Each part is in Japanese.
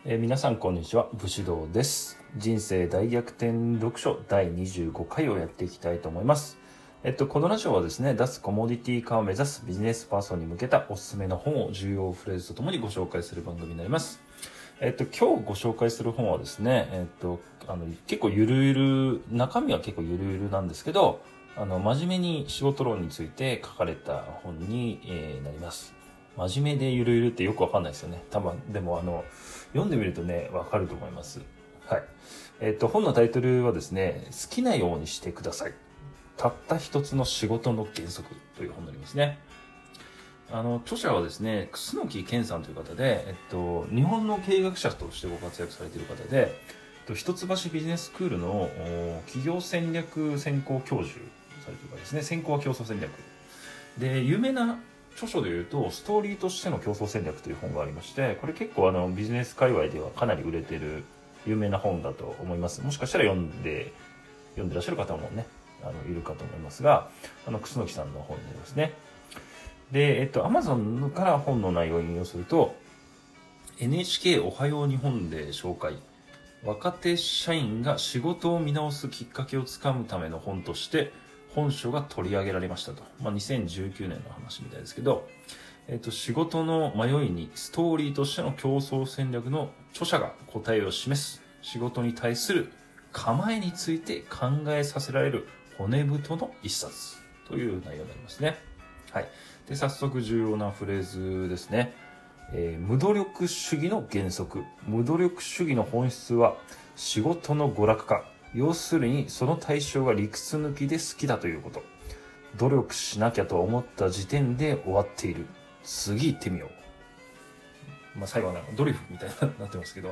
皆さんこんにちは、武士道です。人生大逆転読書第25回をやっていきたいと思います。このラジオはですね、脱コモディティ化を目指すビジネスパーソンに向けたおすすめの本を重要フレーズとともにご紹介する番組になります。今日ご紹介する本はですね、結構ゆるゆる、中身は結構ゆるゆるなんですけど、真面目に仕事論について書かれた本に、なります。真面目でゆるゆるってよくわかんないですよね。多分、でも読んでみるとね、わかると思います。はい。本のタイトルはですね、好きなようにしてください。たった一つの仕事の原則という本になりますね。著者はですね、楠木健さんという方で、日本の経営学者としてご活躍されている方で、一橋ビジネススクールの企業戦略専攻教授されている方ですね。専攻は競争戦略。で、有名な著書でいうと、ストーリーとしての競争戦略という本がありまして、これ結構ビジネス界隈ではかなり売れている有名な本だと思います。もしかしたら読んでらっしゃる方もね、いるかと思いますが、楠木さんの本になりますね。で、Amazon から本の内容を引用すると、NHK おはよう日本で紹介。若手社員が仕事を見直すきっかけをつかむための本として、本書が取り上げられましたと。2019年の話みたいですけど、仕事の迷いにストーリーとしての競争戦略の著者が答えを示す仕事に対する構えについて考えさせられる骨太の一冊という内容になりますね。はい。で、早速重要なフレーズですね。無努力主義の原則。無努力主義の本質は仕事の娯楽化。要するにその対象が理屈抜きで好きだということ。努力しなきゃと思った時点で終わっている。次行ってみよう。最後はドリフみたいになってますけど、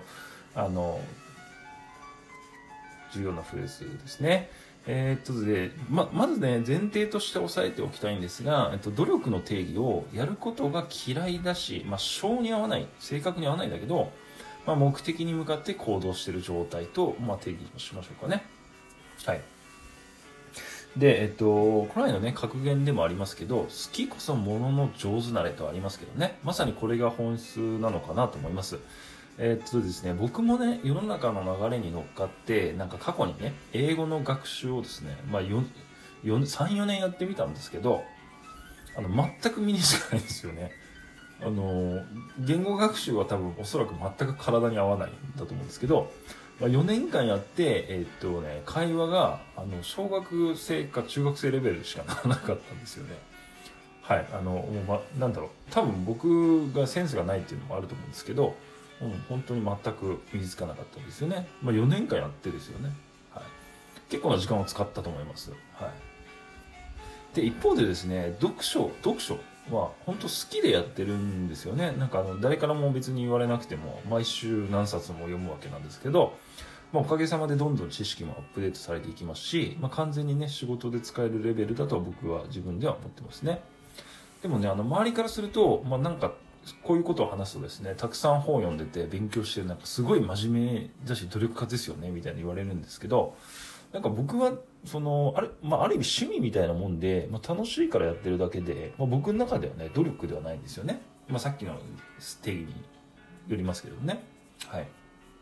重要なフレーズですね。まずね、前提として押さえておきたいんですが、努力の定義をやることが嫌いだし、性に合わない、性格に合わないんだけど、目的に向かって行動している状態と、定義しましょうかね。はい。で、この間のね、格言でもありますけど、好きこそものの上手なれとありますけどね、まさにこれが本質なのかなと思います。ですね、僕もね、世の中の流れに乗っかって、過去にね、英語の学習をですね、3、4年やってみたんですけど、全く身につかないんですよね。言語学習は多分おそらく全く体に合わないんだと思うんですけど、4年間やって、会話が、小学生か中学生レベルしかならなかったんですよね。はい。多分僕がセンスがないっていうのもあると思うんですけど、本当に全く身につかなかったんですよね。4年間やってですよね。はい。結構な時間を使ったと思います。はい。で、一方でですね、読書は本当好きでやってるんですよね。誰からも別に言われなくても毎週何冊も読むわけなんですけど、おかげさまでどんどん知識もアップデートされていきますし、完全にね、仕事で使えるレベルだと僕は自分では思ってますね。でもね、周りからすると、こういうことを話すとですね、たくさん本を読んでて勉強してる、すごい真面目だし努力家ですよね、みたいに言われるんですけど、僕は、ある意味趣味みたいなもんで、楽しいからやってるだけで、僕の中ではね、努力ではないんですよね。さっきの定義によりますけどね。はい。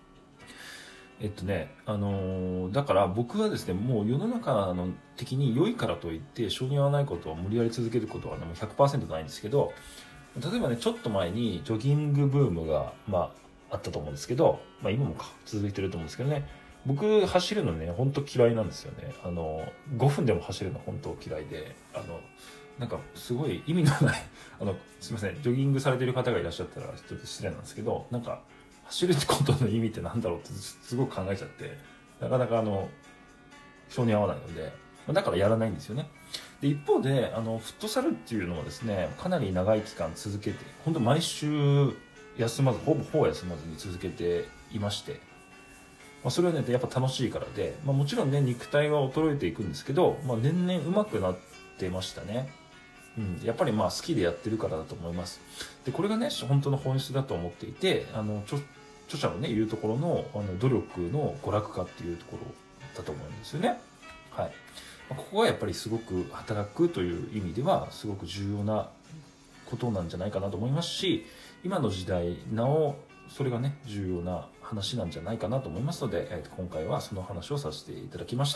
だから僕はですね、もう世の中の的に良いからといって、性に合わないことを無理やり続けることはね、もう 100% ないんですけど、例えばね、ちょっと前にジョギングブームが、あったと思うんですけど、今も続いてると思うんですけどね、僕走るのね、本当嫌いなんですよね。5分でも走るの本当嫌いで、すごい意味のない、すいません、ジョギングされてる方がいらっしゃったらちょっと失礼なんですけど、走ることの意味ってなんだろうってすごく考えちゃって、なかなか性に合わないので、だからやらないんですよね。で、一方で、フットサルっていうのはですね、かなり長い期間続けて、本当毎週休まず、ほぼ休まずに続けていまして、それはね、やっぱ楽しいからで、もちろんね、肉体は衰えていくんですけど、年々上手くなってましたね。やっぱり好きでやってるからだと思います。で、これがね、本当の本質だと思っていて、著者のね、言うところの、努力の娯楽化っていうところだと思うんですよね。はい。ここはやっぱりすごく働くという意味では、すごく重要なことなんじゃないかなと思いますし、今の時代、なお、 それがね、重要な話なんじゃないかなと思いますので、今回はその話をさせていただきました。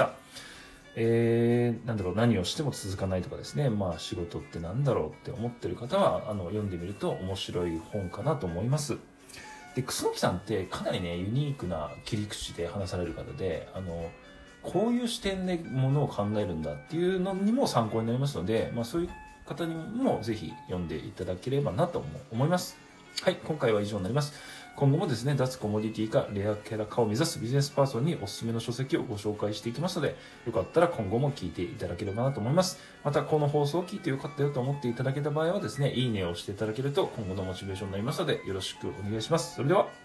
何をしても続かないとかですね、仕事ってなんだろうって思ってる方は、読んでみると面白い本かなと思います。で、楠木さんってかなりね、ユニークな切り口で話される方で、こういう視点でものを考えるんだっていうのにも参考になりますので、そういう方にもぜひ読んでいただければなと思います。はい、今回は以上になります。今後もですね、脱コモディティかレアキャラ化を目指すビジネスパーソンにおすすめの書籍をご紹介していきますので、よかったら今後も聞いていただければなと思います。また、この放送を聞いてよかったよと思っていただけた場合はですね、いいねを押していただけると今後のモチベーションになりますので、よろしくお願いします。それでは。